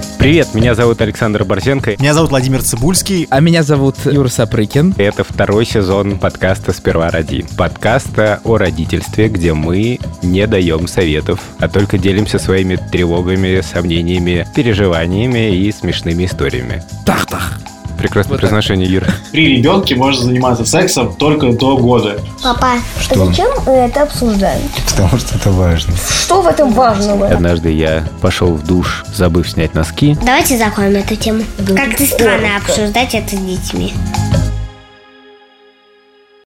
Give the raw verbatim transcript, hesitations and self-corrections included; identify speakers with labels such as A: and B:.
A: Привет, меня зовут Александр Борзенко.
B: Меня зовут Владимир Цибульский.
C: А меня зовут Юра Сапрыкин.
A: Это второй сезон подкаста «Сперва роди». Подкаста о родительстве, где мы не даем советов, а только делимся своими тревогами, сомнениями, переживаниями и смешными историями.
C: Тах-тах.
A: Прекрасное вот произношение, Юра.
D: При ребенке можно заниматься сексом только до года.
E: Папа,
F: что?
E: Зачем мы это обсуждаем?
F: Потому что это важно.
E: Что в этом важного?
A: Однажды я пошел в душ, забыв снять носки.
E: Давайте закроем эту тему. Как-то странно обсуждать это с детьми.